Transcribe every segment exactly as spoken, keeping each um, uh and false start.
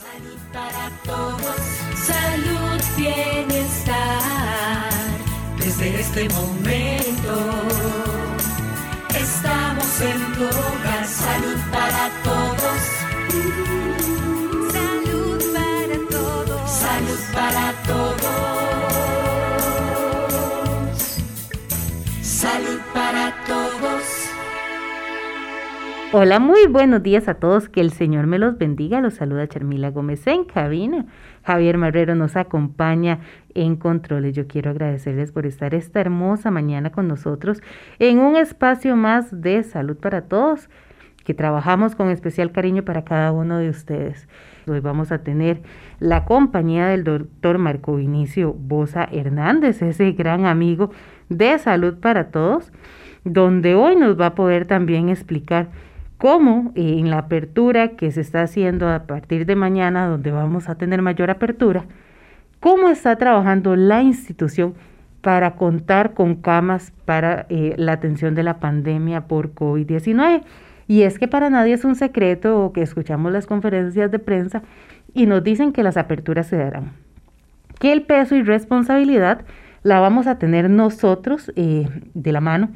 Salud para todos, salud, bienestar. Desde este momento estamos en tu hogar. Salud para todos. Salud para todos. Salud para todos. Salud para todos. Hola, muy buenos días a todos, que el Señor me los bendiga. Los saluda Charmila Gómez en cabina. Javier Marrero nos acompaña en controles. Yo quiero agradecerles por estar esta hermosa mañana con nosotros en un espacio más de Salud para Todos, que trabajamos con especial cariño para cada uno de ustedes. Hoy vamos a tener la compañía del doctor Marco Vinicio Boza Hernández, ese gran amigo de Salud para Todos, donde hoy nos va a poder también explicar cómo eh, en la apertura que se está haciendo a partir de mañana, donde vamos a tener mayor apertura, cómo está trabajando la institución para contar con camas para eh, la atención de la pandemia por COVID diecinueve. Y es que para nadie es un secreto que escuchamos las conferencias de prensa y nos dicen que las aperturas se darán, que el peso y responsabilidad la vamos a tener nosotros eh, de la mano,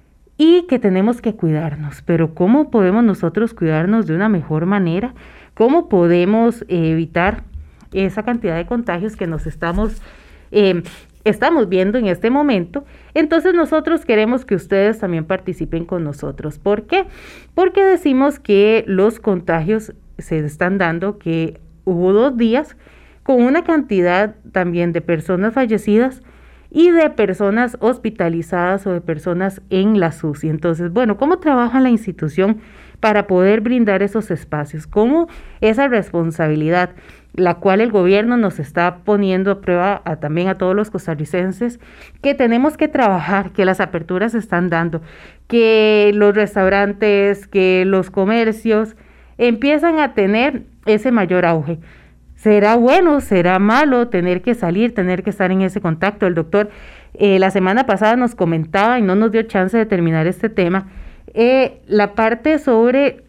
y que tenemos que cuidarnos. Pero ¿cómo podemos nosotros cuidarnos de una mejor manera? ¿Cómo podemos eh, evitar esa cantidad de contagios que nos estamos, eh, estamos viendo en este momento? Entonces nosotros queremos que ustedes también participen con nosotros. ¿Por qué? Porque decimos que los contagios se están dando, que hubo dos días con una cantidad también de personas fallecidas y de personas hospitalizadas o de personas en la S U S I. Entonces, bueno, ¿cómo trabaja la institución para poder brindar esos espacios? ¿Cómo esa responsabilidad, la cual el gobierno nos está poniendo a prueba a, también a todos los costarricenses, que tenemos que trabajar, que las aperturas se están dando, que los restaurantes, que los comercios empiezan a tener ese mayor auge? ¿Será bueno, será malo tener que salir, tener que estar en ese contacto? El doctor eh, la semana pasada nos comentaba y no nos dio chance de terminar este tema, eh, la parte sobre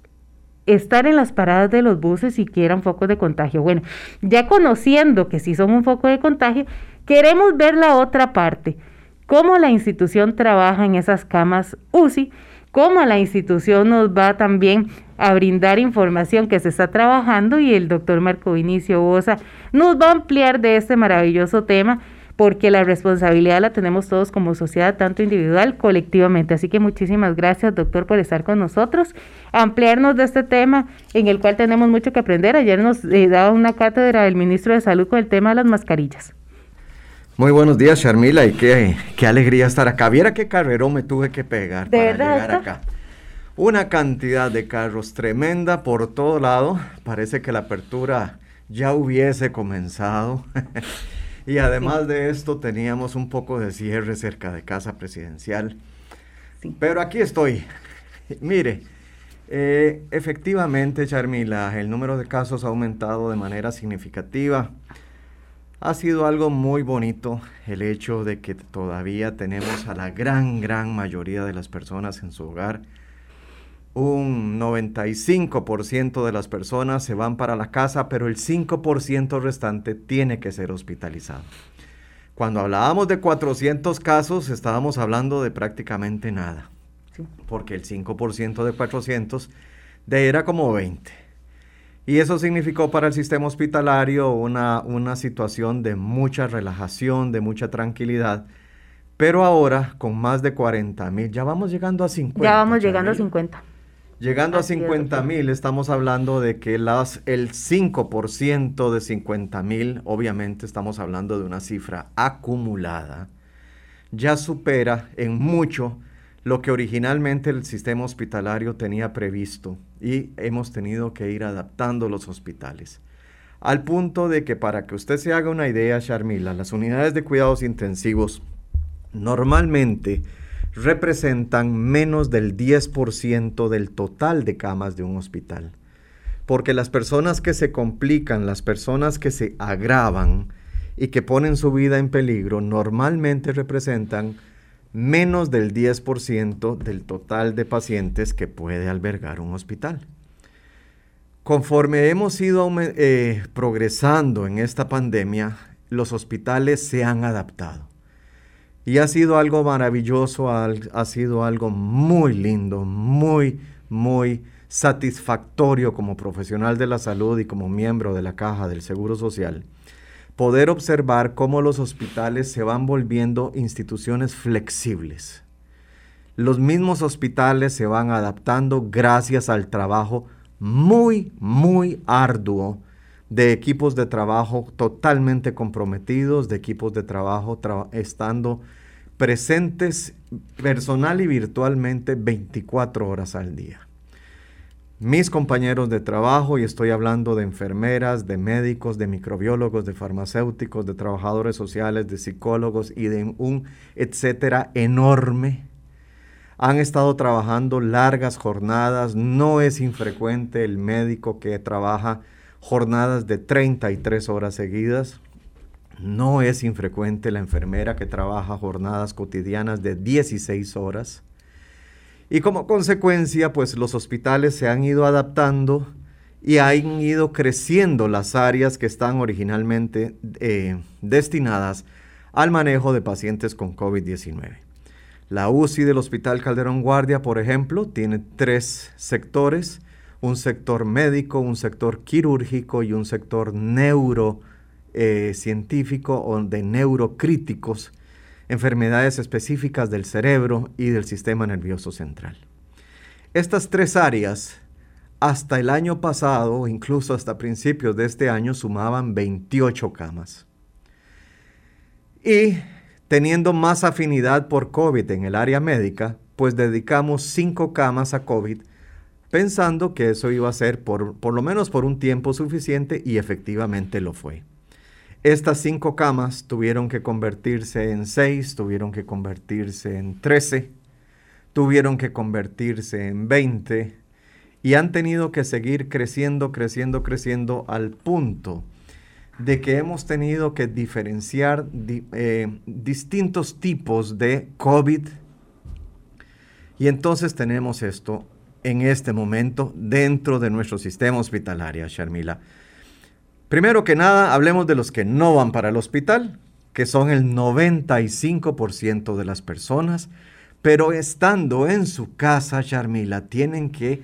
estar en las paradas de los buses y que eran focos de contagio. Bueno, ya conociendo que sí son un foco de contagio, queremos ver la otra parte, cómo la institución trabaja en esas camas U C I, cómo la institución nos va también a brindar información que se está trabajando, y el doctor Marco Vinicio Boza nos va a ampliar de este maravilloso tema, porque la responsabilidad la tenemos todos como sociedad, tanto individual, colectivamente. Así que muchísimas gracias, doctor, por estar con nosotros, ampliarnos de este tema en el cual tenemos mucho que aprender. Ayer nos eh, daba una cátedra el ministro de Salud con el tema de las mascarillas. Muy buenos días, Charmila, y qué, qué alegría estar acá. Viera qué carrerón me tuve que pegar ¿De para verdad, llegar doctor? acá. Una cantidad de carros tremenda por todo lado. Parece que la apertura ya hubiese comenzado. Y además sí. de esto teníamos un poco de cierre cerca de Casa Presidencial. Sí. Pero aquí estoy. Mire, eh, efectivamente, Charmila, el número de casos ha aumentado de manera significativa. Ha sido algo muy bonito el hecho de que todavía tenemos a la gran, gran mayoría de las personas en su hogar. Un noventa y cinco por ciento de las personas se van para la casa, pero el cinco por ciento restante tiene que ser hospitalizado. Cuando hablábamos de cuatrocientos casos, estábamos hablando de prácticamente nada, sí. porque el cinco por ciento de cuatrocientos de era como veinte. Y eso significó para el sistema hospitalario una, una situación de mucha relajación, de mucha tranquilidad. Pero ahora, con más de cuarenta mil, ya vamos llegando a cincuenta. Ya vamos llegando a cincuenta. Llegando Así a cincuenta mil, estamos hablando de que las, el cinco por ciento de cincuenta mil, obviamente estamos hablando de una cifra acumulada, ya supera en mucho lo que originalmente el sistema hospitalario tenía previsto, y hemos tenido que ir adaptando los hospitales. Al punto de que, para que usted se haga una idea, Charmila, las unidades de cuidados intensivos normalmente representan menos del diez por ciento del total de camas de un hospital. Porque las personas que se complican, las personas que se agravan y que ponen su vida en peligro, normalmente representan menos del diez por ciento del total de pacientes que puede albergar un hospital. Conforme hemos ido eh, progresando en esta pandemia, los hospitales se han adaptado. Y ha sido algo maravilloso, ha sido algo muy lindo, muy, muy satisfactorio como profesional de la salud y como miembro de la Caja del Seguro Social, poder observar cómo los hospitales se van volviendo instituciones flexibles. Los mismos hospitales se van adaptando gracias al trabajo muy, muy arduo de equipos de trabajo totalmente comprometidos, de equipos de trabajo tra- estando presentes personal y virtualmente veinticuatro horas al día. Mis compañeros de trabajo, y estoy hablando de enfermeras, de médicos, de microbiólogos, de farmacéuticos, de trabajadores sociales, de psicólogos y de un etcétera enorme, han estado trabajando largas jornadas. No es infrecuente el médico que trabaja jornadas de treinta y tres horas seguidas. No es infrecuente la enfermera que trabaja jornadas cotidianas de dieciséis horas. Y como consecuencia, pues los hospitales se han ido adaptando y han ido creciendo las áreas que están originalmente eh, destinadas al manejo de pacientes con COVID diecinueve. La U C I del Hospital Calderón Guardia, por ejemplo, tiene tres sectores: un sector médico, un sector quirúrgico y un sector neurocientífico o de neurocríticos, enfermedades específicas del cerebro y del sistema nervioso central. Estas tres áreas, hasta el año pasado, incluso hasta principios de este año, sumaban veintiocho camas. Y teniendo más afinidad por COVID en el área médica, pues dedicamos cinco camas a COVID, pensando que eso iba a ser por, por lo menos por un tiempo suficiente, y efectivamente lo fue. Estas cinco camas tuvieron que convertirse en seis, tuvieron que convertirse en trece, tuvieron que convertirse en veinte y han tenido que seguir creciendo, creciendo, creciendo al punto de que hemos tenido que diferenciar di, eh, distintos tipos de COVID. Y entonces tenemos esto en este momento dentro de nuestro sistema hospitalario, Sharmila. Primero que nada, hablemos de los que no van para el hospital, que son el noventa y cinco por ciento de las personas, pero estando en su casa, Sharmila, tienen que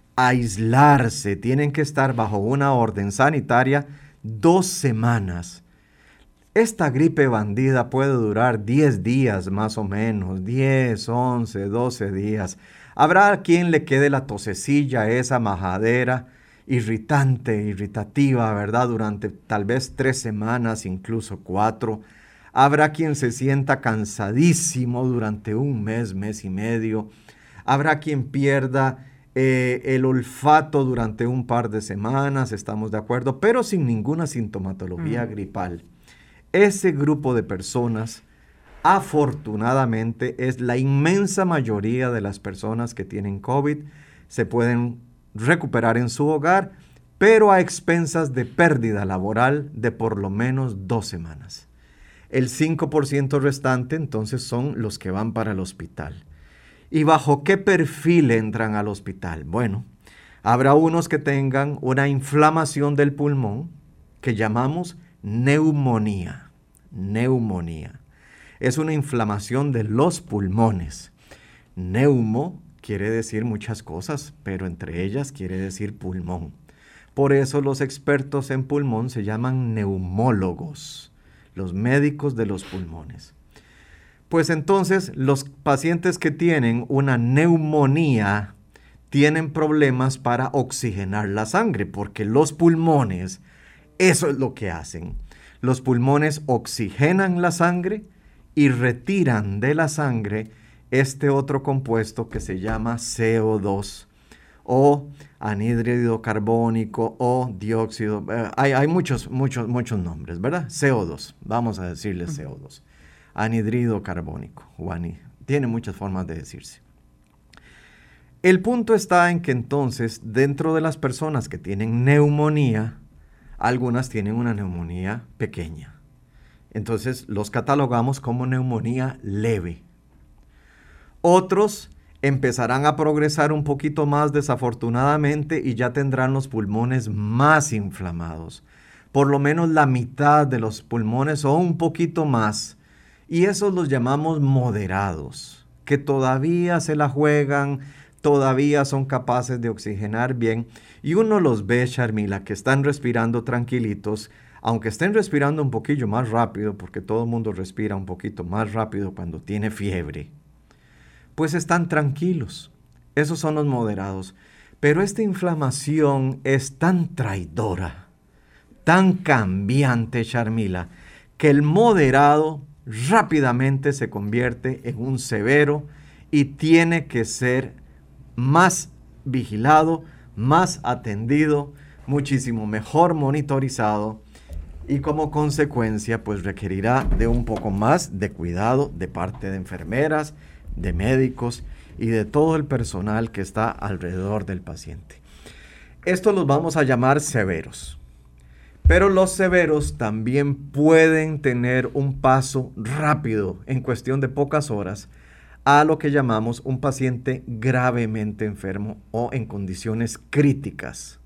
aislarse, tienen que estar bajo una orden sanitaria dos semanas. Esta gripe bandida puede durar diez días más o menos, diez, once, doce días. Habrá a quien le quede la tosecilla, esa majadera irritante, irritativa, ¿verdad? Durante tal vez tres semanas, incluso cuatro. Habrá quien se sienta cansadísimo durante un mes, mes y medio. Habrá quien pierda eh, el olfato durante un par de semanas, estamos de acuerdo, pero sin ninguna sintomatología mm. gripal. Ese grupo de personas, afortunadamente, es la inmensa mayoría de las personas que tienen COVID, se pueden recuperar en su hogar, pero a expensas de pérdida laboral de por lo menos dos semanas. El cinco por ciento restante entonces son los que van para el hospital. ¿Y bajo qué perfil entran al hospital? Bueno, habrá unos que tengan una inflamación del pulmón que llamamos neumonía. Neumonía. Es una inflamación de los pulmones. Neumo quiere decir muchas cosas, pero entre ellas quiere decir pulmón. Por eso los expertos en pulmón se llaman neumólogos, los médicos de los pulmones. Pues entonces los pacientes que tienen una neumonía tienen problemas para oxigenar la sangre, porque los pulmones, eso es lo que hacen. Los pulmones oxigenan la sangre y retiran de la sangre este otro compuesto que se llama C O dos o anhídrido carbónico o dióxido. Eh, hay, hay muchos, muchos, muchos nombres, ¿verdad? C O dos, vamos a decirle C O dos. Anhídrido carbónico, o ani, tiene muchas formas de decirse. El punto está en que entonces, dentro de las personas que tienen neumonía, algunas tienen una neumonía pequeña. Entonces los catalogamos como neumonía leve. Otros empezarán a progresar un poquito más desafortunadamente y ya tendrán los pulmones más inflamados. Por lo menos la mitad de los pulmones o un poquito más. Y esos los llamamos moderados, que todavía se la juegan, todavía son capaces de oxigenar bien. Y uno los ve, Sharmila, que están respirando tranquilitos, aunque estén respirando un poquillo más rápido, porque todo el mundo respira un poquito más rápido cuando tiene fiebre, pues están tranquilos. Esos son los moderados. Pero esta inflamación es tan traidora, tan cambiante, Sharmila, que el moderado rápidamente se convierte en un severo y tiene que ser más vigilado, más atendido, muchísimo mejor monitorizado y como consecuencia pues requerirá de un poco más de cuidado de parte de enfermeras, de médicos y de todo el personal que está alrededor del paciente. Estos los vamos a llamar severos. Pero los severos también pueden tener un paso rápido en cuestión de pocas horas a lo que llamamos un paciente gravemente enfermo o en condiciones críticas.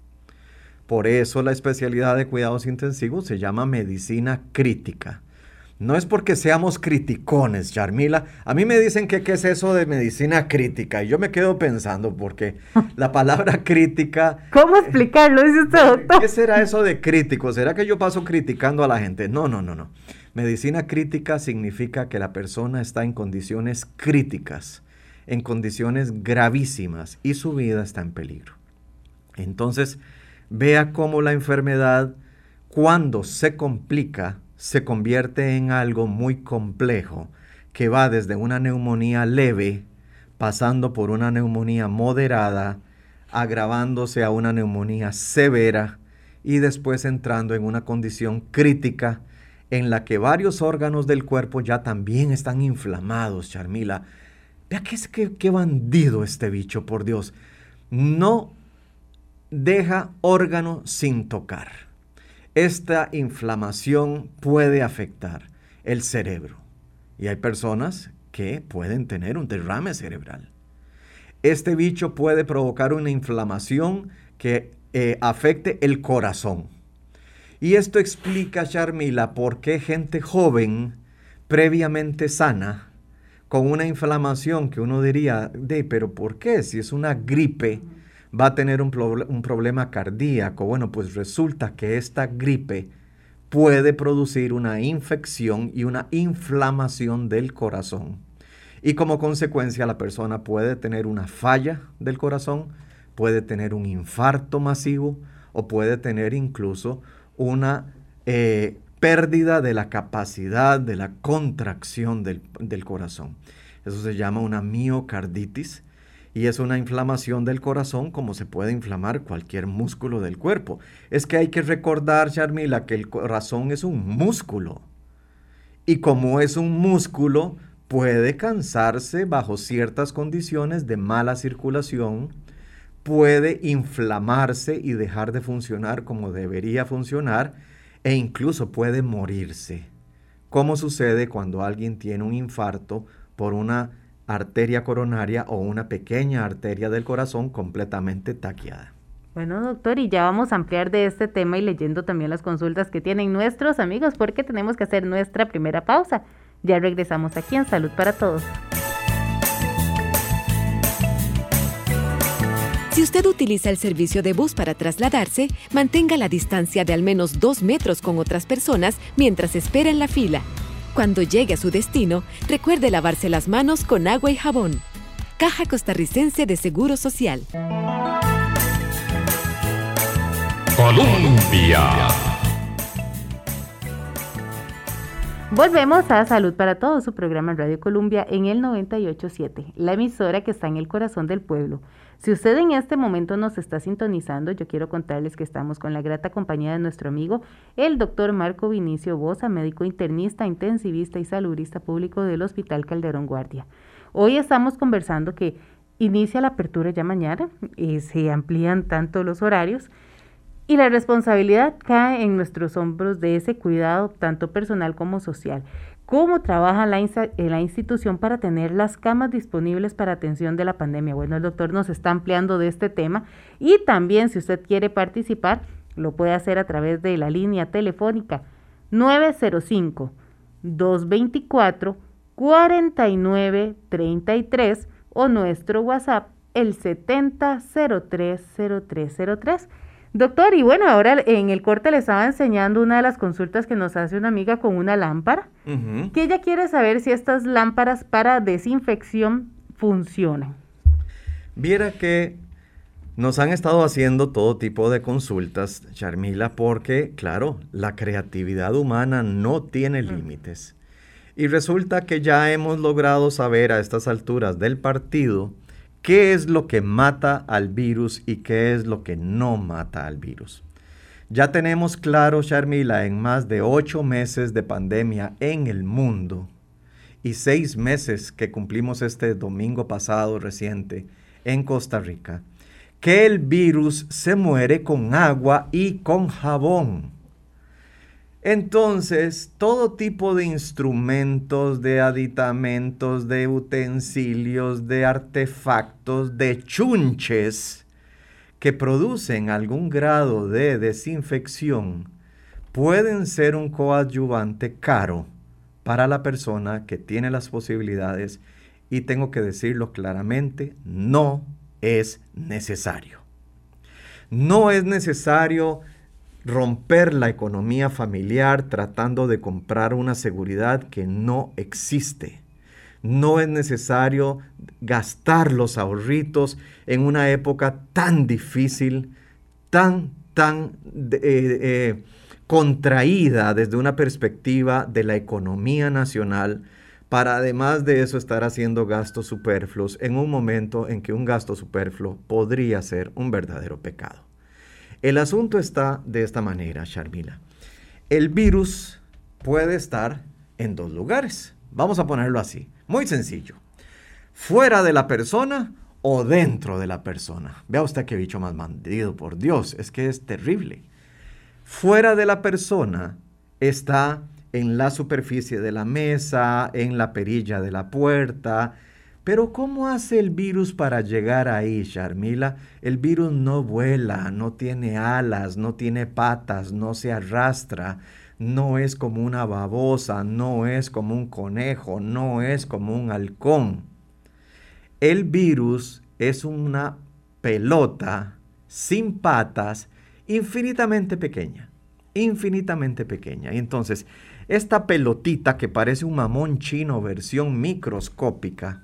Por eso la especialidad de cuidados intensivos se llama medicina crítica. No es porque seamos criticones, Sharmila. A mí me dicen que qué es eso de medicina crítica y yo me quedo pensando porque la palabra crítica... ¿Cómo explicarlo? Dice usted, doctor. ¿Qué será eso de crítico? ¿Será que yo paso criticando a la gente? No, no, no, no. Medicina crítica significa que la persona está en condiciones críticas, en condiciones gravísimas y su vida está en peligro. Entonces, vea cómo la enfermedad, cuando se complica, se convierte en algo muy complejo, que va desde una neumonía leve, pasando por una neumonía moderada, agravándose a una neumonía severa y después entrando en una condición crítica en la que varios órganos del cuerpo ya también están inflamados, Sharmila. Vea qué, qué, qué bandido este bicho, por Dios. No deja órgano sin tocar. Esta inflamación puede afectar el cerebro y hay personas que pueden tener un derrame cerebral. Este bicho puede provocar una inflamación que eh, afecte el corazón. Y esto explica, Sharmila, por qué gente joven, previamente sana, con una inflamación que uno diría, de, pero ¿por qué? Si es una gripe, va a tener un, pro- un problema cardíaco. Bueno, pues resulta que esta gripe puede producir una infección y una inflamación del corazón. Y como consecuencia la persona puede tener una falla del corazón, puede tener un infarto masivo o puede tener incluso una eh, pérdida de la capacidad de la contracción del, del corazón. Eso se llama una miocarditis. Y es una inflamación del corazón como se puede inflamar cualquier músculo del cuerpo. Es que hay que recordar, Sharmila, que el corazón es un músculo. Y como es un músculo, puede cansarse bajo ciertas condiciones de mala circulación, puede inflamarse y dejar de funcionar como debería funcionar, e incluso puede morirse. ¿Cómo sucede cuando alguien tiene un infarto por una arteria coronaria o una pequeña arteria del corazón completamente taquiada? Bueno, doctor, y ya vamos a ampliar de este tema y leyendo también las consultas que tienen nuestros amigos, porque tenemos que hacer nuestra primera pausa. Ya regresamos aquí en Salud para Todos. Si usted utiliza el servicio de bus para trasladarse, mantenga la distancia de al menos dos metros con otras personas mientras espera en la fila. Cuando llegue a su destino, recuerde lavarse las manos con agua y jabón. Caja Costarricense de Seguro Social. Colombia. Volvemos a Salud para Todos, su programa en Radio Colombia en el noventa y ocho punto siete, la emisora que está en el corazón del pueblo. Si usted en este momento nos está sintonizando, yo quiero contarles que estamos con la grata compañía de nuestro amigo, el doctor Marco Vinicio Boza, médico internista, intensivista y saludista público del Hospital Calderón Guardia. Hoy estamos conversando que inicia la apertura ya mañana, eh, se amplían tanto los horarios, Y la responsabilidad cae en nuestros hombros de ese cuidado, tanto personal como social. ¿Cómo trabaja la, la institución para tener las camas disponibles para atención de la pandemia? Bueno, el doctor nos está ampliando de este tema y también si usted quiere participar, lo puede hacer a través de la línea telefónica nueve cero cinco, dos dos cuatro, cuatro nueve tres tres o nuestro WhatsApp el setenta cero tres cero tres cero tres. Doctor, y bueno, ahora en el corte le estaba enseñando una de las consultas que nos hace una amiga con una lámpara, uh-huh. que ella quiere saber si estas lámparas para desinfección funcionan. Viera que nos han estado haciendo todo tipo de consultas, Charmila, porque, claro, la creatividad humana no tiene límites. Uh-huh. Y resulta que ya hemos logrado saber a estas alturas del partido qué es lo que mata al virus y qué es lo que no mata al virus. Ya tenemos claro, Charmila, en más de ocho meses de pandemia en el mundo y seis meses que cumplimos este domingo pasado reciente en Costa Rica, que el virus se muere con agua y con jabón. Entonces, todo tipo de instrumentos, de aditamentos, de utensilios, de artefactos, de chunches que producen algún grado de desinfección pueden ser un coadyuvante caro para la persona que tiene las posibilidades y tengo que decirlo claramente, no es necesario. No es necesario romper la economía familiar tratando de comprar una seguridad que no existe. No es necesario gastar los ahorritos en una época tan difícil, tan, tan eh, eh, contraída desde una perspectiva de la economía nacional, para además de eso estar haciendo gastos superfluos en un momento en que un gasto superfluo podría ser un verdadero pecado. El asunto está de esta manera, Charmila. El virus puede estar en dos lugares. Vamos a ponerlo así. Muy sencillo. Fuera de la persona o dentro de la persona. Vea usted qué bicho más bandido, por Dios. Es que es terrible. Fuera de la persona está en la superficie de la mesa, en la perilla de la puerta. Pero ¿cómo hace el virus para llegar ahí, Charmila? El virus no vuela, no tiene alas, no tiene patas, no se arrastra, no es como una babosa, no es como un conejo, no es como un halcón. El virus es una pelota sin patas, infinitamente pequeña, infinitamente pequeña. Y entonces, esta pelotita que parece un mamón chino versión microscópica,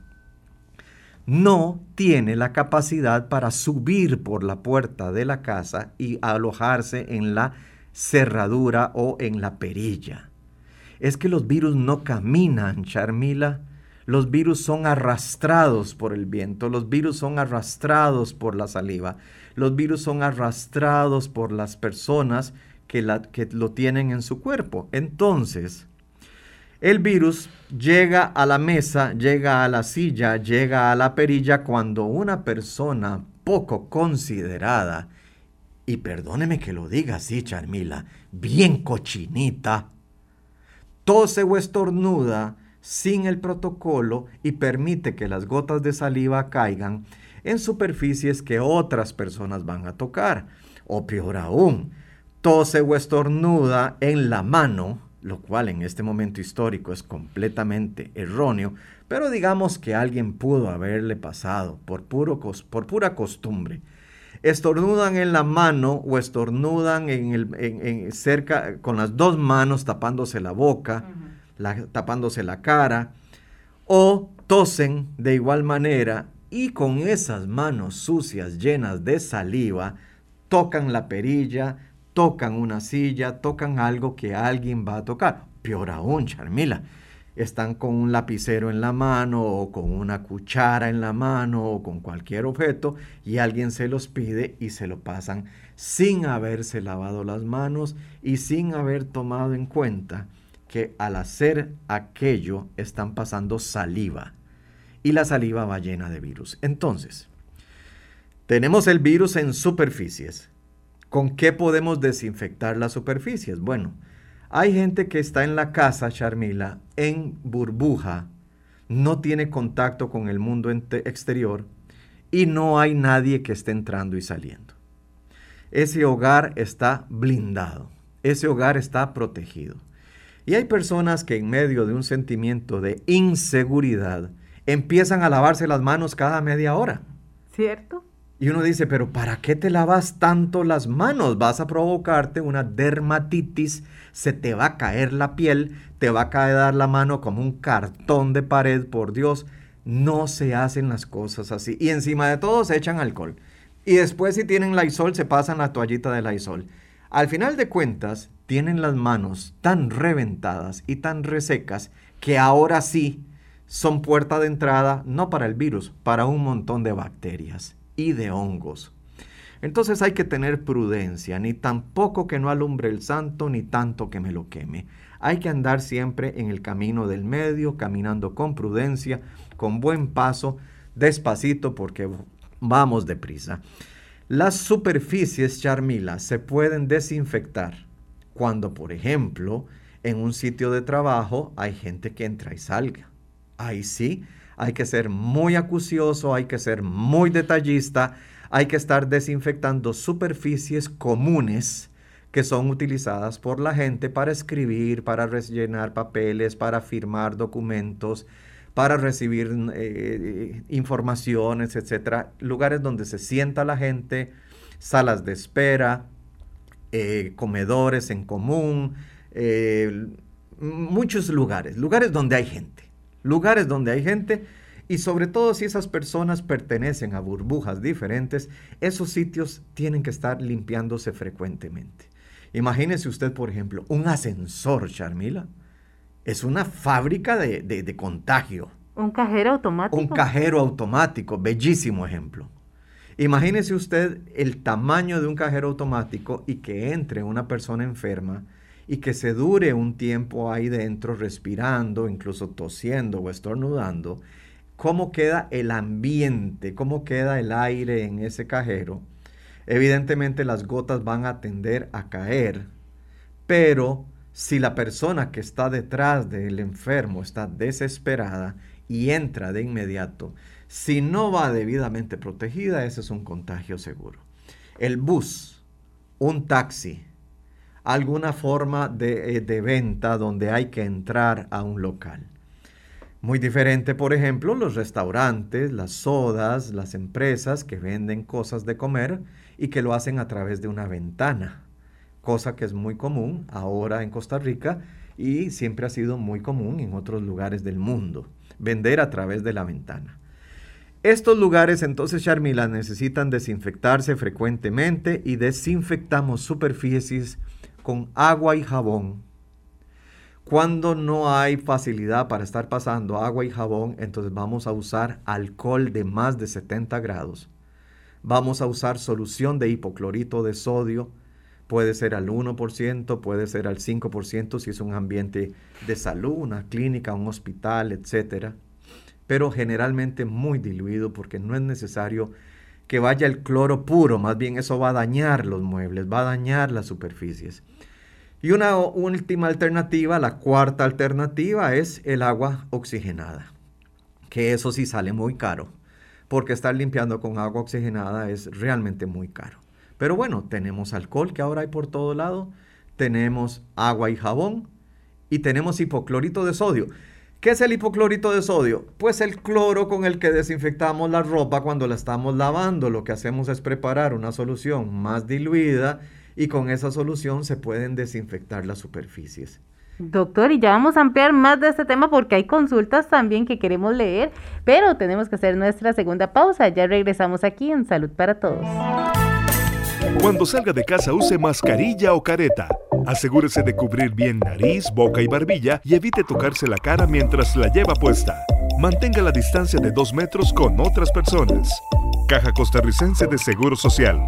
no tiene la capacidad para subir por la puerta de la casa y alojarse en la cerradura o en la perilla. Es que los virus no caminan, Charmila. Los virus son arrastrados por el viento, los virus son arrastrados por la saliva, los virus son arrastrados por las personas que, la, que lo tienen en su cuerpo. Entonces, el virus llega a la mesa, llega a la silla, llega a la perilla cuando una persona poco considerada, y perdóneme que lo diga así, Charmila, bien cochinita, tose o estornuda sin el protocolo y permite que las gotas de saliva caigan en superficies que otras personas van a tocar. O peor aún, tose o estornuda en la mano, lo cual en este momento histórico es completamente erróneo, pero digamos que alguien pudo haberle pasado por, puro, por pura costumbre. Estornudan en la mano o estornudan en el, en, en cerca, con las dos manos tapándose la boca, uh-huh. la, tapándose la cara, o tosen de igual manera y con esas manos sucias llenas de saliva tocan la perilla, tocan una silla, tocan algo que alguien va a tocar. Peor aún, Charmila, están con un lapicero en la mano o con una cuchara en la mano o con cualquier objeto y alguien se los pide y se lo pasan sin haberse lavado las manos y sin haber tomado en cuenta que al hacer aquello están pasando saliva y la saliva va llena de virus. Entonces, tenemos el virus en superficies. ¿Con qué podemos desinfectar las superficies? Bueno, hay gente que está en la casa, Sharmila, en burbuja, no tiene contacto con el mundo exterior y no hay nadie que esté entrando y saliendo. Ese hogar está blindado, ese hogar está protegido. Y hay personas que en medio de un sentimiento de inseguridad empiezan a lavarse las manos cada media hora. ¿Cierto? Y uno dice, pero ¿para qué te lavas tanto las manos? Vas a provocarte una dermatitis, se te va a caer la piel, te va a quedar la mano como un cartón de pared, por Dios. No se hacen las cosas así. Y encima de todo se echan alcohol. Y después si tienen Lysol, se pasan la toallita de Lysol. Al final de cuentas, tienen las manos tan reventadas y tan resecas que ahora sí son puerta de entrada, no para el virus, para un montón de bacterias y de hongos. Entonces hay que tener prudencia, ni tampoco que no alumbre el santo, ni tanto que me lo queme. Hay que andar siempre en el camino del medio, caminando con prudencia, con buen paso, despacito, porque vamos deprisa. Las superficies, Sharmila, se pueden desinfectar cuando, por ejemplo, en un sitio de trabajo hay gente que entra y salga. Ahí sí, hay que ser muy acucioso, hay que ser muy detallista, hay que estar desinfectando superficies comunes que son utilizadas por la gente para escribir, para rellenar papeles, para firmar documentos, para recibir eh, informaciones, etcétera. Lugares donde se sienta la gente, salas de espera, eh, comedores en común, eh, muchos lugares, lugares donde hay gente. Lugares donde hay gente y sobre todo si esas personas pertenecen a burbujas diferentes, esos sitios tienen que estar limpiándose frecuentemente. Imagínese usted, por ejemplo, un ascensor, Sharmila, es una fábrica de, de, de contagio. Un cajero automático. Un cajero automático, bellísimo ejemplo. Imagínese usted el tamaño de un cajero automático y que entre una persona enferma y que se dure un tiempo ahí dentro respirando, incluso tosiendo o estornudando. ¿Cómo queda el ambiente? ¿Cómo queda el aire en ese cajero? Evidentemente las gotas van a tender a caer, pero si la persona que está detrás del enfermo está desesperada y entra de inmediato, si no va debidamente protegida, ese es un contagio seguro. El bus, un taxi, alguna forma de, de venta donde hay que entrar a un local. Muy diferente, por ejemplo, los restaurantes, las sodas, las empresas que venden cosas de comer y que lo hacen a través de una ventana, cosa que es muy común ahora en Costa Rica y siempre ha sido muy común en otros lugares del mundo, vender a través de la ventana. Estos lugares entonces, Sharmila, necesitan desinfectarse frecuentemente y desinfectamos superficies con agua y jabón. Cuando no hay facilidad para estar pasando agua y jabón, entonces vamos a usar alcohol de más de setenta grados. Vamos a usar solución de hipoclorito de sodio, puede ser al uno por ciento, puede ser al cinco por ciento si es un ambiente de salud, una clínica, un hospital, etcétera. Pero generalmente muy diluido porque no es necesario que vaya el cloro puro, más bien eso va a dañar los muebles, va a dañar las superficies. Y una última alternativa, la cuarta alternativa, es el agua oxigenada, que eso sí sale muy caro, porque estar limpiando con agua oxigenada es realmente muy caro. Pero bueno, tenemos alcohol que ahora hay por todo lado, tenemos agua y jabón y tenemos hipoclorito de sodio. ¿Qué es el hipoclorito de sodio? Pues el cloro con el que desinfectamos la ropa cuando la estamos lavando. Lo que hacemos es preparar una solución más diluida y con esa solución se pueden desinfectar las superficies. Doctor, y ya vamos a ampliar más de este tema porque hay consultas también que queremos leer, pero tenemos que hacer nuestra segunda pausa. Ya regresamos aquí en Salud para Todos. Cuando salga de casa use mascarilla o careta. Asegúrese de cubrir bien nariz, boca y barbilla y evite tocarse la cara mientras la lleva puesta. Mantenga la distancia de dos metros con otras personas. Caja Costarricense de Seguro Social.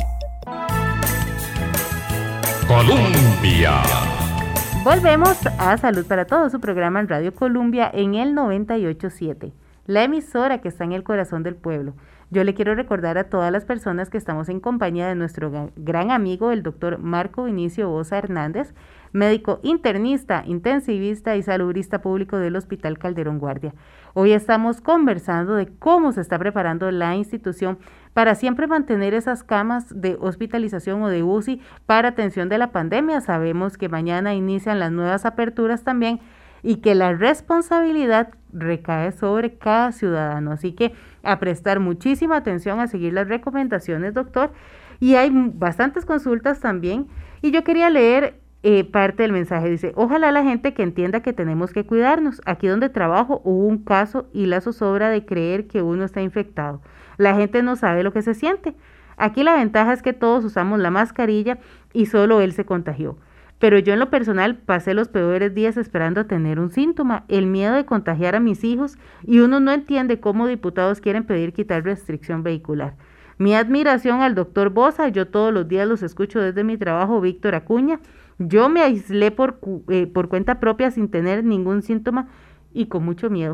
Colombia. Volvemos a Salud para Todos, su programa en Radio Colombia en el noventa y ocho punto siete, la emisora que está en el corazón del pueblo. Yo le quiero recordar a todas las personas que estamos en compañía de nuestro gran amigo, el doctor Marco Vinicio Boza Hernández, médico internista, intensivista y salubrista público del Hospital Calderón Guardia. Hoy estamos conversando de cómo se está preparando la institución para siempre mantener esas camas de hospitalización o de U C I para atención de la pandemia. Sabemos que mañana inician las nuevas aperturas también y que la responsabilidad recae sobre cada ciudadano. Así que a prestar muchísima atención, a seguir las recomendaciones, doctor. Y hay bastantes consultas también. Y yo quería leer eh, parte del mensaje. Dice, ojalá la gente que entienda que tenemos que cuidarnos. Aquí donde trabajo hubo un caso y la zozobra de creer que uno está infectado. La gente no sabe lo que se siente. Aquí la ventaja es que todos usamos la mascarilla y solo él se contagió. Pero yo en lo personal pasé los peores días esperando tener un síntoma, el miedo de contagiar a mis hijos, y uno no entiende cómo diputados quieren pedir quitar restricción vehicular. Mi admiración al doctor Boza, yo todos los días los escucho desde mi trabajo, Víctor Acuña. Yo me aislé por, eh, por cuenta propia sin tener ningún síntoma y con mucho miedo.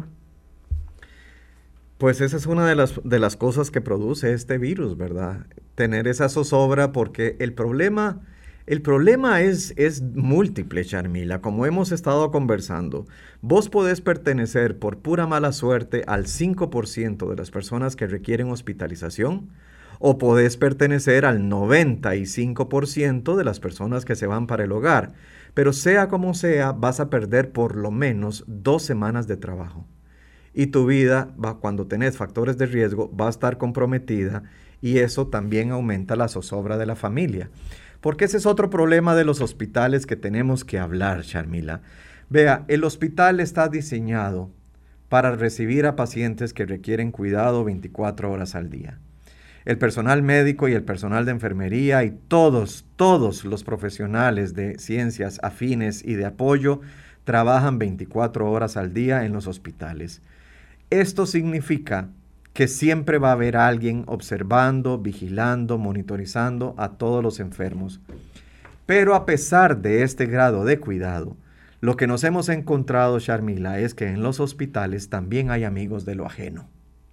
Pues esa es una de las, de las cosas que produce este virus, ¿verdad? Tener esa zozobra, porque el problema... El problema es, es múltiple, Sharmila, como hemos estado conversando. Vos podés pertenecer por pura mala suerte al cinco por ciento de las personas que requieren hospitalización, o podés pertenecer al noventa y cinco por ciento de las personas que se van para el hogar. Pero sea como sea, vas a perder por lo menos dos semanas de trabajo. Y tu vida, va, cuando tenés factores de riesgo, va a estar comprometida, y eso también aumenta la zozobra de la familia. Porque ese es otro problema de los hospitales que tenemos que hablar, Sharmila. Vea, el hospital está diseñado para recibir a pacientes que requieren cuidado veinticuatro horas al día. El personal médico y el personal de enfermería y todos, todos los profesionales de ciencias afines y de apoyo trabajan veinticuatro horas al día en los hospitales. Esto significa que siempre va a haber alguien observando, vigilando, monitorizando a todos los enfermos. Pero a pesar de este grado de cuidado, lo que nos hemos encontrado, Sharmila, es que en los hospitales también hay amigos de lo ajeno.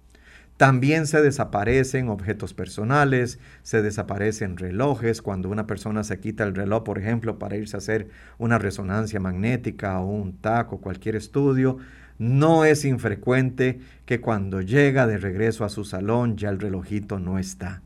También se desaparecen objetos personales, se desaparecen relojes. Cuando una persona se quita el reloj, por ejemplo, para irse a hacer una resonancia magnética o un T A C o cualquier estudio, no es infrecuente que cuando llega de regreso a su salón ya el relojito no está.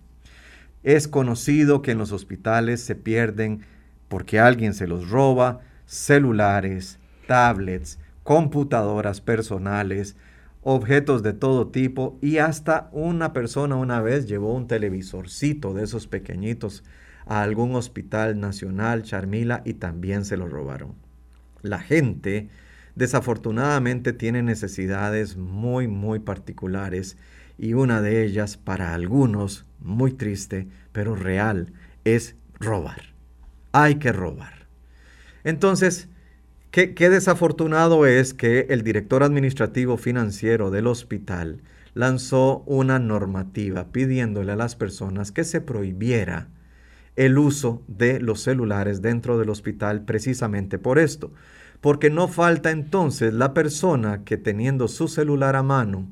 Es conocido que en los hospitales se pierden, porque alguien se los roba, celulares, tablets, computadoras personales, objetos de todo tipo, y hasta una persona una vez llevó un televisorcito de esos pequeñitos a algún hospital nacional, Sharmila, y también se lo robaron. La gente desafortunadamente tiene necesidades muy, muy particulares, y una de ellas, para algunos, muy triste, pero real, es robar. Hay que robar. Entonces, qué, qué desafortunado es que el director administrativo financiero del hospital lanzó una normativa pidiéndole a las personas que se prohibiera el uso de los celulares dentro del hospital, precisamente por esto. Porque no falta entonces la persona que, teniendo su celular a mano,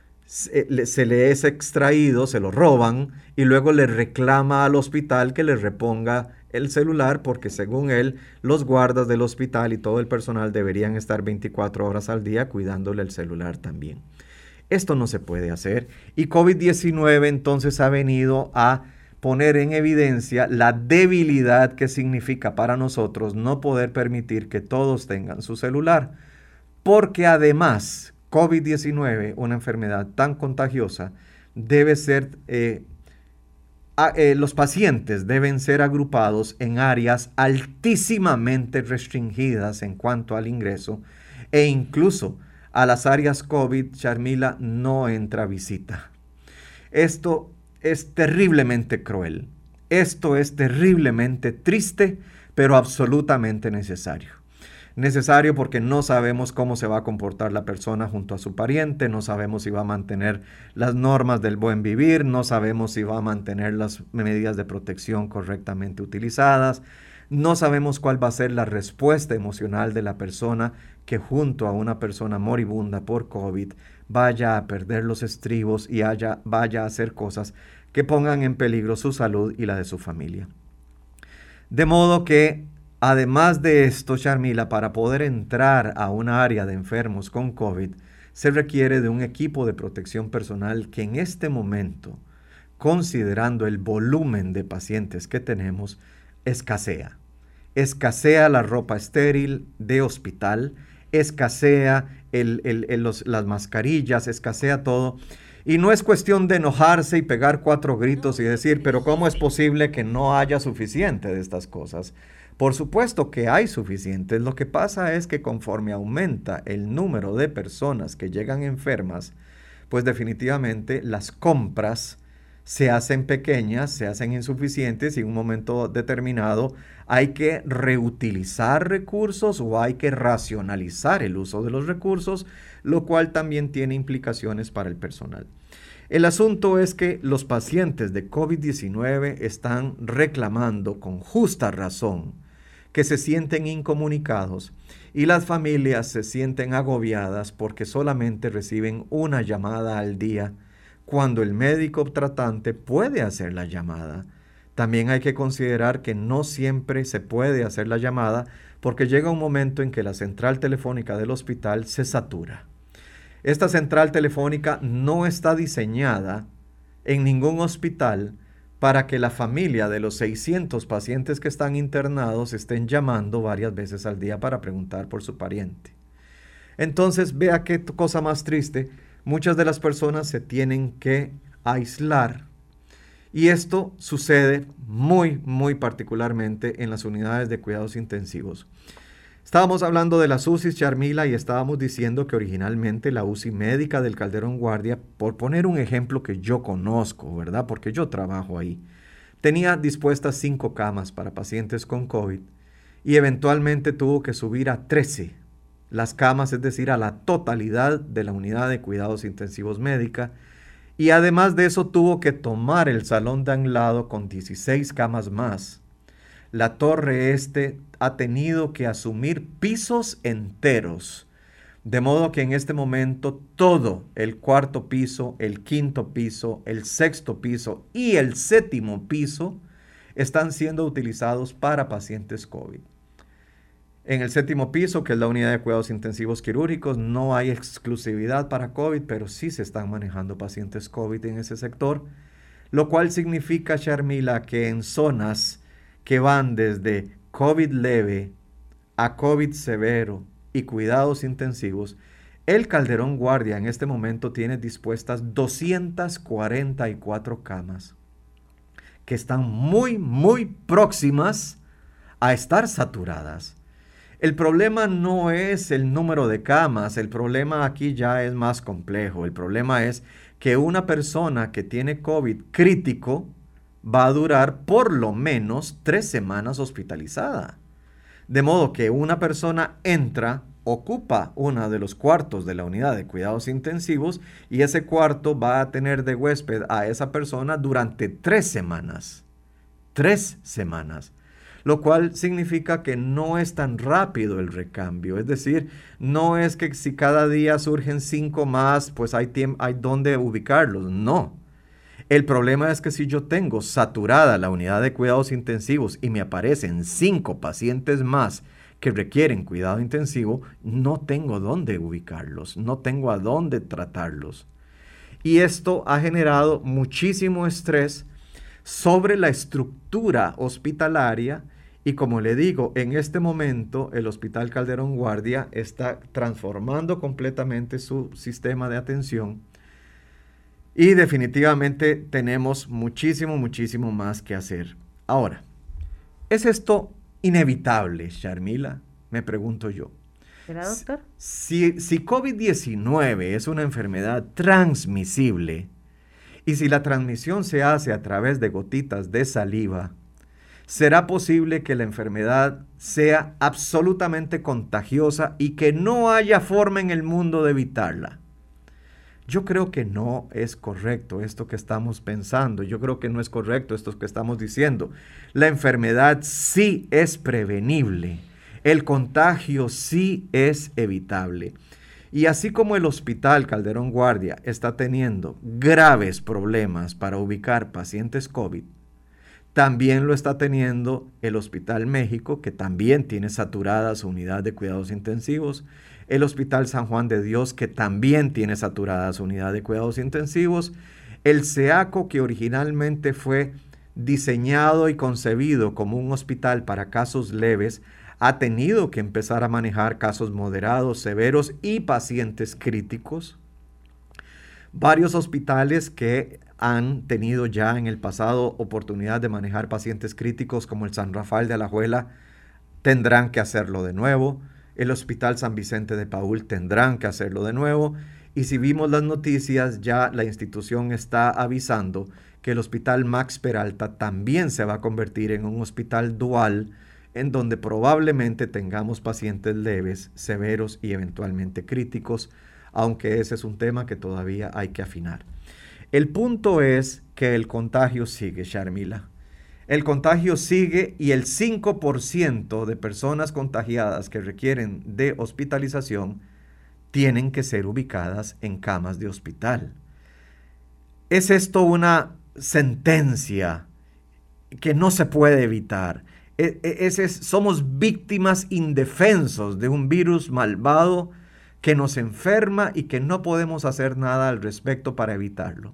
se, se le es extraído, se lo roban, y luego le reclama al hospital que le reponga el celular, porque según él, los guardas del hospital y todo el personal deberían estar veinticuatro horas al día cuidándole el celular también. Esto no se puede hacer, y COVID diecinueve entonces ha venido a poner en evidencia la debilidad que significa para nosotros no poder permitir que todos tengan su celular, porque además COVID diecinueve, una enfermedad tan contagiosa, debe ser, eh, a, eh, los pacientes deben ser agrupados en áreas altísimamente restringidas en cuanto al ingreso, e incluso a las áreas COVID, Sharmila, no entra visita. Esto es terriblemente cruel. Esto es terriblemente triste, pero absolutamente necesario. Necesario porque no sabemos cómo se va a comportar la persona junto a su pariente, no sabemos si va a mantener las normas del buen vivir, no sabemos si va a mantener las medidas de protección correctamente utilizadas, no sabemos cuál va a ser la respuesta emocional de la persona que junto a una persona moribunda por COVID vaya a perder los estribos y haya, vaya a hacer cosas que pongan en peligro su salud y la de su familia. De modo que, además de esto, Sharmila, para poder entrar a una área de enfermos con COVID, se requiere de un equipo de protección personal que en este momento, considerando el volumen de pacientes que tenemos, escasea. Escasea la ropa estéril de hospital, escasea el, el, el, los, las mascarillas, escasea todo. Y no es cuestión de enojarse y pegar cuatro gritos y decir, pero ¿cómo es posible que no haya suficiente de estas cosas? Por supuesto que hay suficientes. Lo que pasa es que conforme aumenta el número de personas que llegan enfermas, pues definitivamente las compras se hacen pequeñas, se hacen insuficientes y en un momento determinado hay que reutilizar recursos o hay que racionalizar el uso de los recursos, lo cual también tiene implicaciones para el personal. El asunto es que los pacientes de COVID diecinueve están reclamando con justa razón que se sienten incomunicados y las familias se sienten agobiadas porque solamente reciben una llamada al día cuando el médico tratante puede hacer la llamada. También hay que considerar que no siempre se puede hacer la llamada porque llega un momento en que la central telefónica del hospital se satura. Esta central telefónica no está diseñada en ningún hospital para que la familia de los seiscientos pacientes que están internados estén llamando varias veces al día para preguntar por su pariente. Entonces, vea qué cosa más triste. Muchas de las personas se tienen que aislar y esto sucede muy, muy particularmente en las unidades de cuidados intensivos. Estábamos hablando de las U C I, Sharmila, y estábamos diciendo que originalmente la U C I médica del Calderón Guardia, por poner un ejemplo que yo conozco, ¿verdad? Porque yo trabajo ahí, tenía dispuestas cinco camas para pacientes con COVID y eventualmente tuvo que subir a trece las camas, es decir, a la totalidad de la unidad de cuidados intensivos médica, y además de eso tuvo que tomar el salón de al lado con dieciséis camas más. La torre este ha tenido que asumir pisos enteros, de modo que en este momento todo el cuarto piso, el quinto piso, el sexto piso y el séptimo piso están siendo utilizados para pacientes COVID. En el séptimo piso, que es la unidad de cuidados intensivos quirúrgicos, no hay exclusividad para COVID, pero sí se están manejando pacientes COVID en ese sector, lo cual significa, Sharmila, que en zonas que van desde COVID leve a COVID severo y cuidados intensivos, el Calderón Guardia en este momento tiene dispuestas doscientas cuarenta y cuatro camas que están muy, muy próximas a estar saturadas. El problema no es el número de camas, el problema aquí ya es más complejo. El problema es que una persona que tiene COVID crítico va a durar por lo menos tres semanas hospitalizada. De modo que una persona entra, ocupa uno de los cuartos de la unidad de cuidados intensivos y ese cuarto va a tener de huésped a esa persona durante tres semanas. Tres semanas. Lo cual significa que no es tan rápido el recambio. Es decir, no es que si cada día surgen cinco más, pues hay, hay dónde ubicarlos. No. El problema es que si yo tengo saturada la unidad de cuidados intensivos y me aparecen cinco pacientes más que requieren cuidado intensivo, no tengo dónde ubicarlos, no tengo a dónde tratarlos. Y esto ha generado muchísimo estrés sobre la estructura hospitalaria. Y como le digo, en este momento el Hospital Calderón Guardia está transformando completamente su sistema de atención y definitivamente tenemos muchísimo, muchísimo más que hacer. Ahora, ¿es esto inevitable, Sharmila? Me pregunto yo. ¿Será, doctor? Si, si COVID diecinueve es una enfermedad transmisible y si la transmisión se hace a través de gotitas de saliva, ¿será posible que la enfermedad sea absolutamente contagiosa y que no haya forma en el mundo de evitarla? Yo creo que no es correcto esto que estamos pensando. Yo creo que no es correcto esto que estamos diciendo. La enfermedad sí es prevenible. El contagio sí es evitable. Y así como el Hospital Calderón Guardia está teniendo graves problemas para ubicar pacientes COVID, también lo está teniendo el Hospital México, que también tiene saturada su unidad de cuidados intensivos, el Hospital San Juan de Dios, que también tiene saturada su unidad de cuidados intensivos, el SEACO, que originalmente fue diseñado y concebido como un hospital para casos leves, ha tenido que empezar a manejar casos moderados, severos y pacientes críticos. Varios hospitales que han tenido ya en el pasado oportunidad de manejar pacientes críticos, como el San Rafael de Alajuela, tendrán que hacerlo de nuevo. El Hospital San Vicente de Paúl tendrán que hacerlo de nuevo. Y si vimos las noticias, ya la institución está avisando que el Hospital Max Peralta también se va a convertir en un hospital dual, en donde probablemente tengamos pacientes leves, severos y eventualmente críticos, aunque ese es un tema que todavía hay que afinar. El punto es que el contagio sigue, Sharmila. El contagio sigue y el cinco por ciento de personas contagiadas que requieren de hospitalización tienen que ser ubicadas en camas de hospital. ¿Es esto una sentencia que no se puede evitar? Es, es, somos víctimas indefensos de un virus malvado que nos enferma y que no podemos hacer nada al respecto para evitarlo.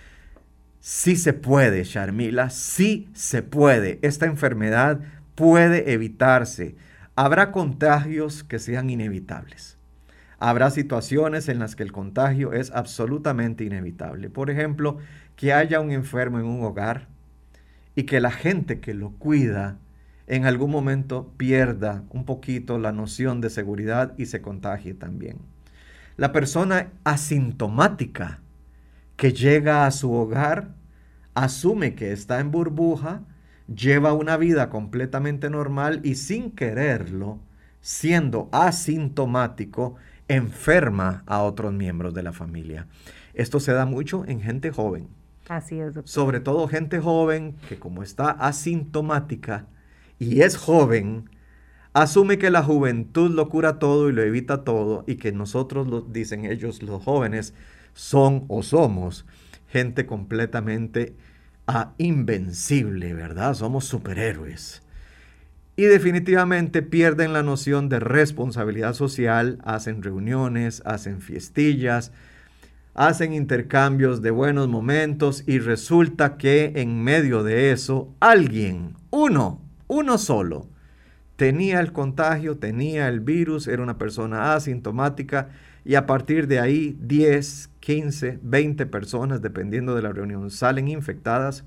Sí se puede, Sharmila, sí se puede. Esta enfermedad puede evitarse. Habrá contagios que sean inevitables. Habrá situaciones en las que el contagio es absolutamente inevitable. Por ejemplo, que haya un enfermo en un hogar y que la gente que lo cuida en algún momento pierda un poquito la noción de seguridad y se contagie también. La persona asintomática que llega a su hogar asume que está en burbuja, lleva una vida completamente normal y sin quererlo, siendo asintomático, enferma a otros miembros de la familia. Esto se da mucho en gente joven. Así es, doctor. Sobre todo gente joven que, como está asintomática y es joven, asume que la juventud lo cura todo y lo evita todo, y que nosotros, lo, dicen ellos, los jóvenes, son o somos gente completamente ah, invencible, ¿verdad? Somos superhéroes. Y definitivamente pierden la noción de responsabilidad social, hacen reuniones, hacen fiestillas, hacen intercambios de buenos momentos, y resulta que en medio de eso alguien, uno, uno solo, tenía el contagio, tenía el virus, era una persona asintomática, y a partir de ahí diez, quince, veinte personas, dependiendo de la reunión, salen infectadas,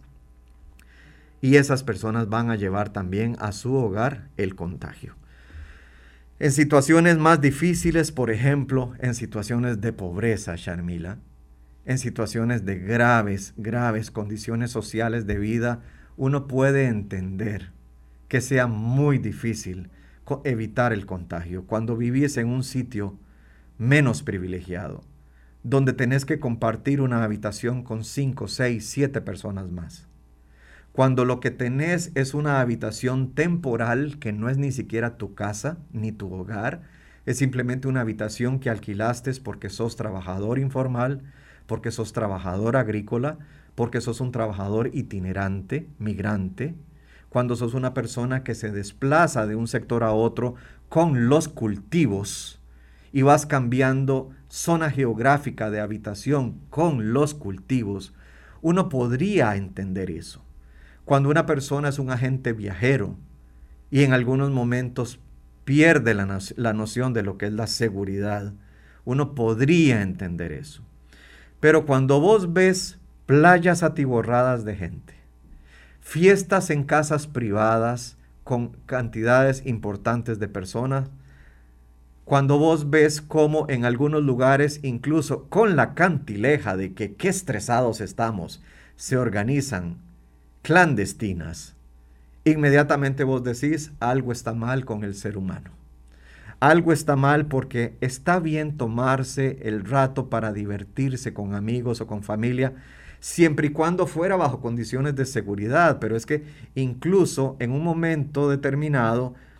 y esas personas van a llevar también a su hogar el contagio. En situaciones más difíciles, por ejemplo, en situaciones de pobreza, Sharmila, en situaciones de graves, graves condiciones sociales de vida, uno puede entender que sea muy difícil evitar el contagio. Cuando vivís en un sitio menos privilegiado, donde tenés que compartir una habitación con cinco, seis, siete personas más. Cuando lo que tenés es una habitación temporal que no es ni siquiera tu casa ni tu hogar, es simplemente una habitación que alquilaste porque sos trabajador informal, porque sos trabajador agrícola, porque sos un trabajador itinerante, migrante, cuando sos una persona que se desplaza de un sector a otro con los cultivos y vas cambiando zona geográfica de habitación con los cultivos, uno podría entender eso. Cuando una persona es un agente viajero y en algunos momentos pierde la, no- la noción de lo que es la seguridad, uno podría entender eso. Pero cuando vos ves playas atiborradas de gente, fiestas en casas privadas con cantidades importantes de personas, cuando vos ves cómo en algunos lugares, incluso con la cantileja de que qué estresados estamos, se organizan clandestinas, inmediatamente vos decís, algo está mal con el ser humano. Algo está mal, porque está bien tomarse el rato para divertirse con amigos o con familia, siempre y cuando fuera bajo condiciones de seguridad, pero es que incluso en un momento determinado,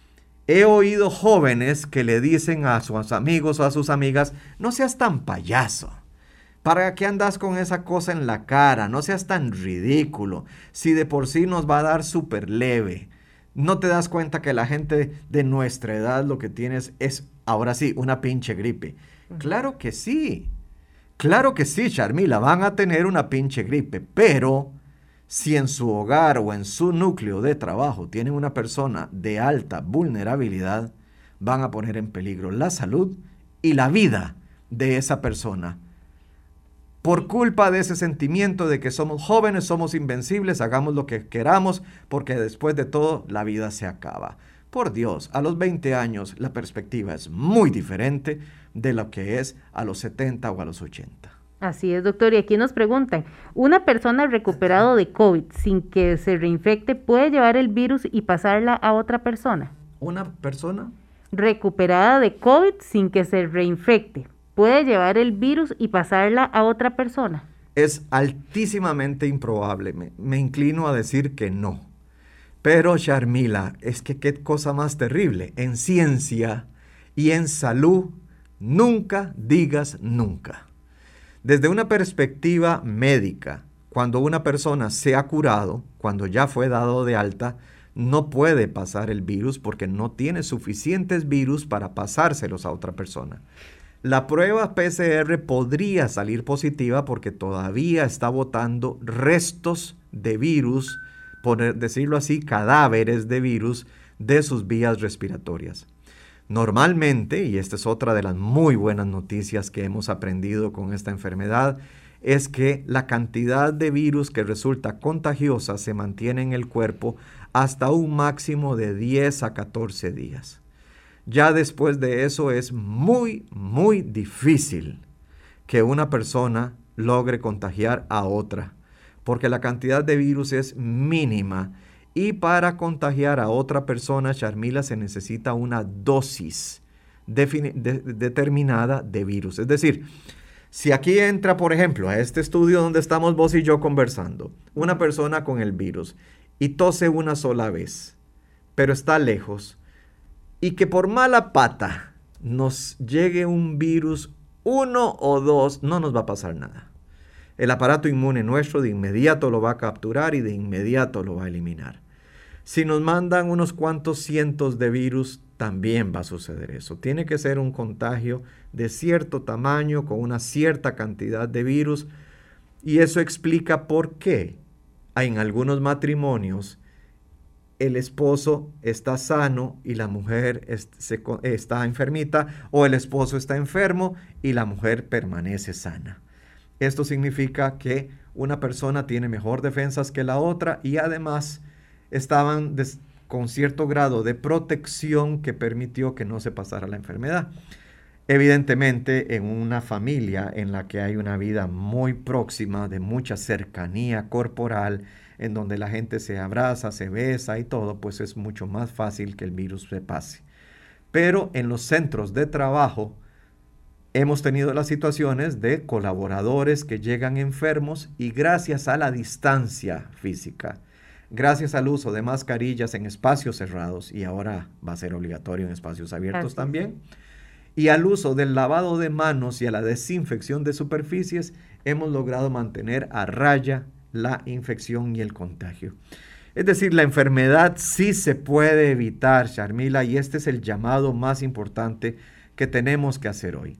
He oído jóvenes que le dicen a sus amigos o a sus amigas, no seas tan payaso. ¿Para qué andas con esa cosa en la cara? No seas tan ridículo. Si de por sí nos va a dar súper leve. ¿No te das cuenta que la gente de nuestra edad lo que tienes es, ahora sí, una pinche gripe? Uh-huh. Claro que sí. Claro que sí, Sharmila, van a tener una pinche gripe. Pero si en su hogar o en su núcleo de trabajo tienen una persona de alta vulnerabilidad, van a poner en peligro la salud y la vida de esa persona. Por culpa de ese sentimiento de que somos jóvenes, somos invencibles, hagamos lo que queramos, porque después de todo la vida se acaba. Por Dios, a los veinte años la perspectiva es muy diferente de lo que es a los setenta o a los ochenta. Así es, doctor. Y aquí nos preguntan, ¿una persona recuperada de COVID sin que se reinfecte puede llevar el virus y pasarla a otra persona? ¿Una persona? Recuperada de COVID sin que se reinfecte, ¿puede llevar el virus y pasarla a otra persona? Es altísimamente improbable. Me, me inclino a decir que no. Pero, Sharmila, es que qué cosa más terrible. En ciencia y en salud, nunca digas nunca. Desde una perspectiva médica, cuando una persona se ha curado, cuando ya fue dado de alta, no puede pasar el virus porque no tiene suficientes virus para pasárselos a otra persona. La prueba P C R podría salir positiva porque todavía está botando restos de virus, por decirlo así, cadáveres de virus de sus vías respiratorias. Normalmente, y esta es otra de las muy buenas noticias que hemos aprendido con esta enfermedad, es que la cantidad de virus que resulta contagiosa se mantiene en el cuerpo hasta un máximo de diez a catorce días. Ya después de eso es muy, muy difícil que una persona logre contagiar a otra, porque la cantidad de virus es mínima y para contagiar a otra persona, Sharmila, se necesita una dosis defini- de- determinada de virus. Es decir, si aquí entra, por ejemplo, a este estudio donde estamos vos y yo conversando, una persona con el virus y tose una sola vez, pero está lejos, y que por mala pata nos llegue un virus, uno o dos, no nos va a pasar nada. El aparato inmune nuestro de inmediato lo va a capturar y de inmediato lo va a eliminar. Si nos mandan unos cuantos cientos de virus, también va a suceder eso. Tiene que ser un contagio de cierto tamaño, con una cierta cantidad de virus, y eso explica por qué en algunos matrimonios el esposo está sano y la mujer es, se, está enfermita, o el esposo está enfermo y la mujer permanece sana. Esto significa que una persona tiene mejor defensas que la otra y además estaban des, con cierto grado de protección que permitió que no se pasara la enfermedad. Evidentemente, en una familia en la que hay una vida muy próxima, de mucha cercanía corporal, en donde la gente se abraza, se besa y todo, pues es mucho más fácil que el virus se pase. Pero en los centros de trabajo hemos tenido las situaciones de colaboradores que llegan enfermos y gracias a la distancia física, gracias al uso de mascarillas en espacios cerrados, y ahora va a ser obligatorio en espacios abiertos Así. también, y al uso del lavado de manos y a la desinfección de superficies, hemos logrado mantener a raya la infección y el contagio. Es decir, la enfermedad sí se puede evitar, Sharmila, y este es el llamado más importante que tenemos que hacer hoy.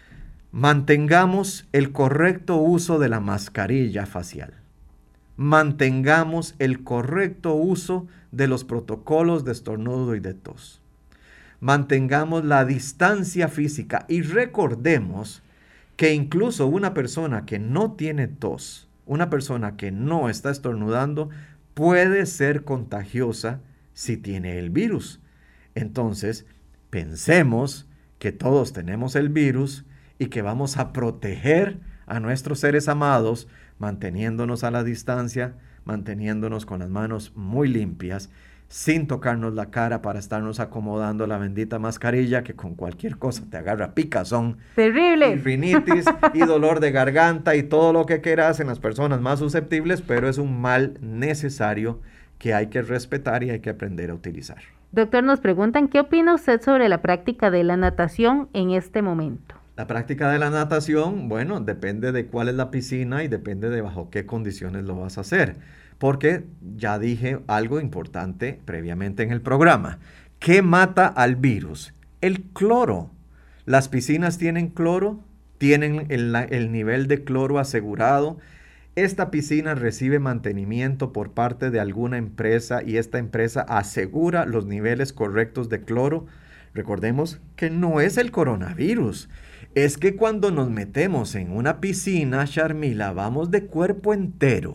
Mantengamos el correcto uso de la mascarilla facial. Mantengamos el correcto uso de los protocolos de estornudo y de tos. Mantengamos la distancia física y recordemos que incluso una persona que no tiene tos, una persona que no está estornudando, puede ser contagiosa si tiene el virus. Entonces, pensemos que todos tenemos el virus y que vamos a proteger a nuestros seres amados manteniéndonos a la distancia, manteniéndonos con las manos muy limpias, sin tocarnos la cara para estarnos acomodando la bendita mascarilla que con cualquier cosa te agarra picazón, terrible, y rinitis y dolor de garganta y todo lo que quieras en las personas más susceptibles, pero es un mal necesario que hay que respetar y hay que aprender a utilizar. Doctor, nos preguntan, ¿qué opina usted sobre la práctica de la natación en este momento? La práctica de la natación, bueno, depende de cuál es la piscina y depende de bajo qué condiciones lo vas a hacer. Porque ya dije algo importante previamente en el programa. ¿Qué mata al virus? El cloro. Las piscinas tienen cloro, tienen el, el nivel de cloro asegurado. Esta piscina recibe mantenimiento por parte de alguna empresa y esta empresa asegura los niveles correctos de cloro. Recordemos que no es el coronavirus. Es que cuando nos metemos en una piscina, Sharmila, vamos de cuerpo entero.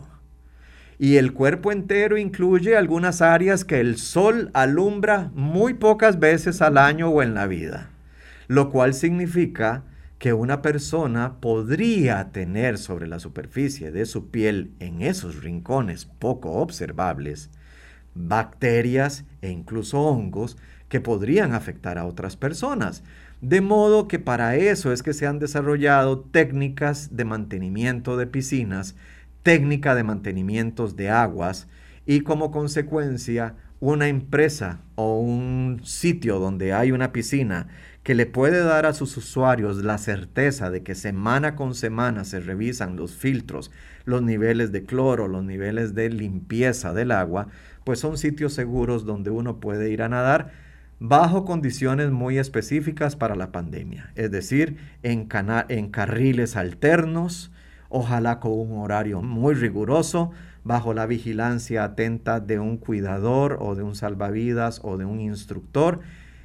Y el cuerpo entero incluye algunas áreas que el sol alumbra muy pocas veces al año o en la vida. Lo cual significa que una persona podría tener sobre la superficie de su piel, en esos rincones poco observables, bacterias e incluso hongos que podrían afectar a otras personas. De modo que para eso es que se han desarrollado técnicas de mantenimiento de piscinas, técnica de mantenimientos de aguas y como consecuencia una empresa o un sitio donde hay una piscina que le puede dar a sus usuarios la certeza de que semana con semana se revisan los filtros, los niveles de cloro, los niveles de limpieza del agua, pues son sitios seguros donde uno puede ir a nadar bajo condiciones muy específicas para la pandemia, es decir, en, cana- en carriles alternos, ojalá con un horario muy riguroso, bajo la vigilancia atenta de un cuidador o de un salvavidas o de un instructor.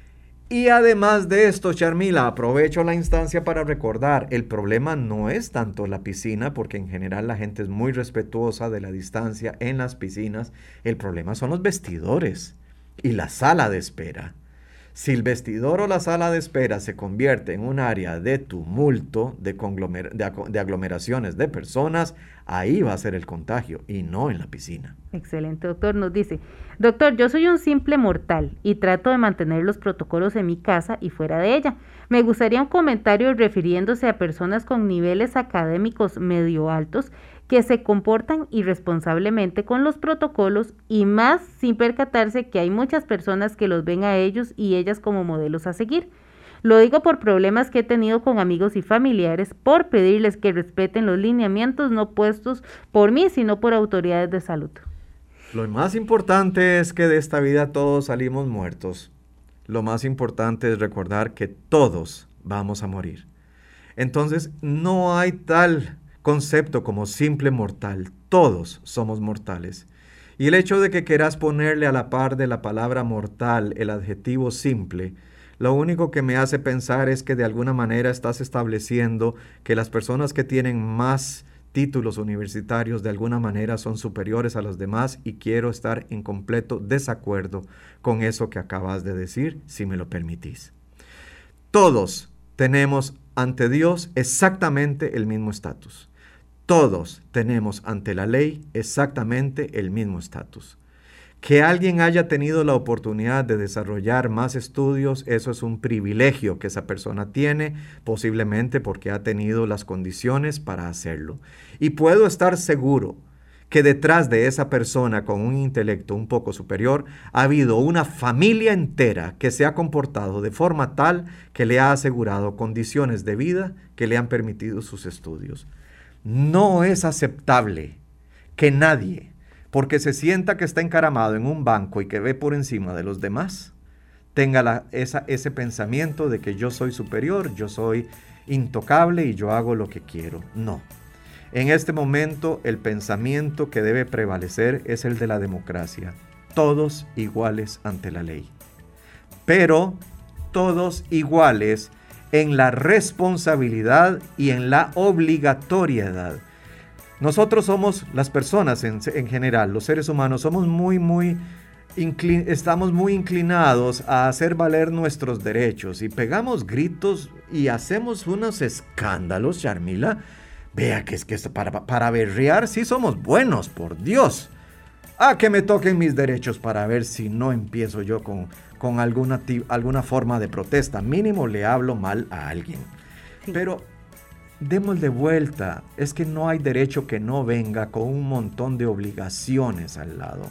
Y además de esto, Sharmila, aprovecho la instancia para recordar, el problema no es tanto la piscina, porque en general la gente es muy respetuosa de la distancia en las piscinas, el problema son los vestidores y la sala de espera. Si el vestidor o la sala de espera se convierte en un área de tumulto, de, conglomer- de, de aglomeraciones de personas, ahí va a ser el contagio y no en la piscina. Excelente, doctor. Nos dice, doctor, yo soy un simple mortal y trato de mantener los protocolos en mi casa y fuera de ella. Me gustaría un comentario refiriéndose a personas con niveles académicos medio altos que se comportan irresponsablemente con los protocolos y más sin percatarse que hay muchas personas que los ven a ellos y ellas como modelos a seguir. Lo digo por problemas que he tenido con amigos y familiares por pedirles que respeten los lineamientos no puestos por mí, sino por autoridades de salud. Lo más importante es que de esta vida todos salimos muertos. Lo más importante es recordar que todos vamos a morir. Entonces, no hay tal concepto como simple mortal. Todos somos mortales. Y el hecho de que quieras ponerle a la par de la palabra mortal el adjetivo simple, lo único que me hace pensar es que de alguna manera estás estableciendo que las personas que tienen más títulos universitarios de alguna manera son superiores a los demás y quiero estar en completo desacuerdo con eso que acabas de decir, si me lo permitís. Todos tenemos ante Dios exactamente el mismo estatus. Todos tenemos ante la ley exactamente el mismo estatus. Que alguien haya tenido la oportunidad de desarrollar más estudios, eso es un privilegio que esa persona tiene, posiblemente porque ha tenido las condiciones para hacerlo. Y puedo estar seguro que detrás de esa persona con un intelecto un poco superior ha habido una familia entera que se ha comportado de forma tal que le ha asegurado condiciones de vida que le han permitido sus estudios. No es aceptable que nadie, porque se sienta que está encaramado en un banco y que ve por encima de los demás, tenga la, esa, ese pensamiento de que yo soy superior, yo soy intocable y yo hago lo que quiero. No. En este momento el pensamiento que debe prevalecer es el de la democracia. Todos iguales ante la ley. Pero todos iguales en la responsabilidad y en la obligatoriedad. Nosotros somos las personas en, en general, los seres humanos, somos muy, muy, inclin, estamos muy inclinados a hacer valer nuestros derechos y pegamos gritos y hacemos unos escándalos, Sharmila. Vea que es que para, para berrear sí somos buenos, por Dios. Ah, que me toquen mis derechos para ver si no empiezo yo con, con alguna, alguna forma de protesta. Mínimo le hablo mal a alguien. Sí. Pero démosle vuelta. Es que no hay derecho que no venga con un montón de obligaciones al lado.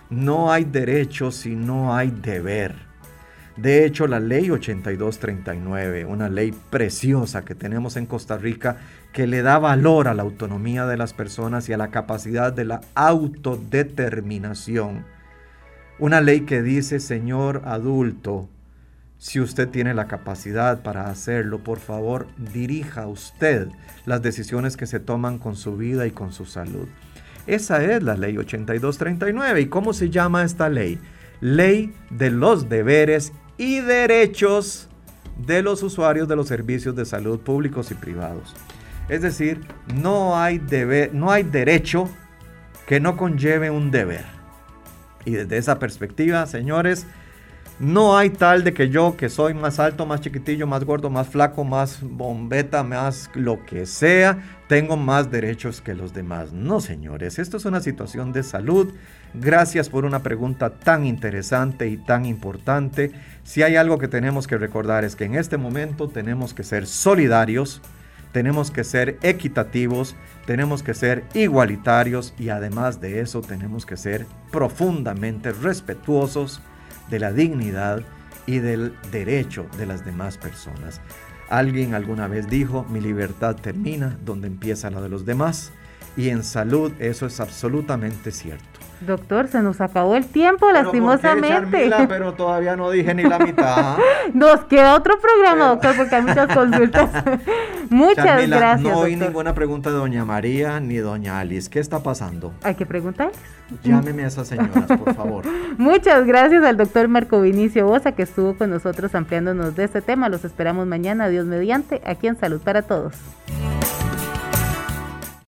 no hay derecho si no hay deber. De hecho, la ley ochenta y dos treinta y nueve, una ley preciosa que tenemos en Costa Rica, que le da valor a la autonomía de las personas y a la capacidad de la autodeterminación. Una ley que dice, señor adulto, si usted tiene la capacidad para hacerlo, por favor, dirija usted las decisiones que se toman con su vida y con su salud. Esa es la ley ochenta y dos treinta y nueve. ¿Y cómo se llama esta ley? Ley de los deberes y derechos de los usuarios de los servicios de salud públicos y privados. Es decir, no hay deber, no hay derecho que no conlleve un deber. Y desde esa perspectiva, señores, no hay tal de que yo, que soy más alto, más chiquitillo, más gordo, más flaco, más bombeta, más lo que sea, tengo más derechos que los demás. No, señores, esto es una situación de salud. Gracias por una pregunta tan interesante y tan importante. Si hay algo que tenemos que recordar es que en este momento tenemos que ser solidarios, tenemos que ser equitativos, tenemos que ser igualitarios y además de eso tenemos que ser profundamente respetuosos de la dignidad y del derecho de las demás personas. Alguien alguna vez dijo, mi libertad termina donde empieza la de los demás, y en salud eso es absolutamente cierto. Doctor, se nos acabó el tiempo, pero lastimosamente. ¿Por qué, Charmila? Pero todavía no dije ni la mitad. Nos queda otro programa, pero... doctor, porque hay muchas consultas. Muchas Charmila, gracias, no oí doctor. ninguna pregunta de doña María ni doña Alice. ¿Qué está pasando? Hay que preguntar. Llámeme a esas señoras, por favor. Muchas gracias al doctor Marco Vinicio Boza, que estuvo con nosotros ampliándonos de este tema. Los esperamos mañana, Dios mediante, aquí en Salud para Todos.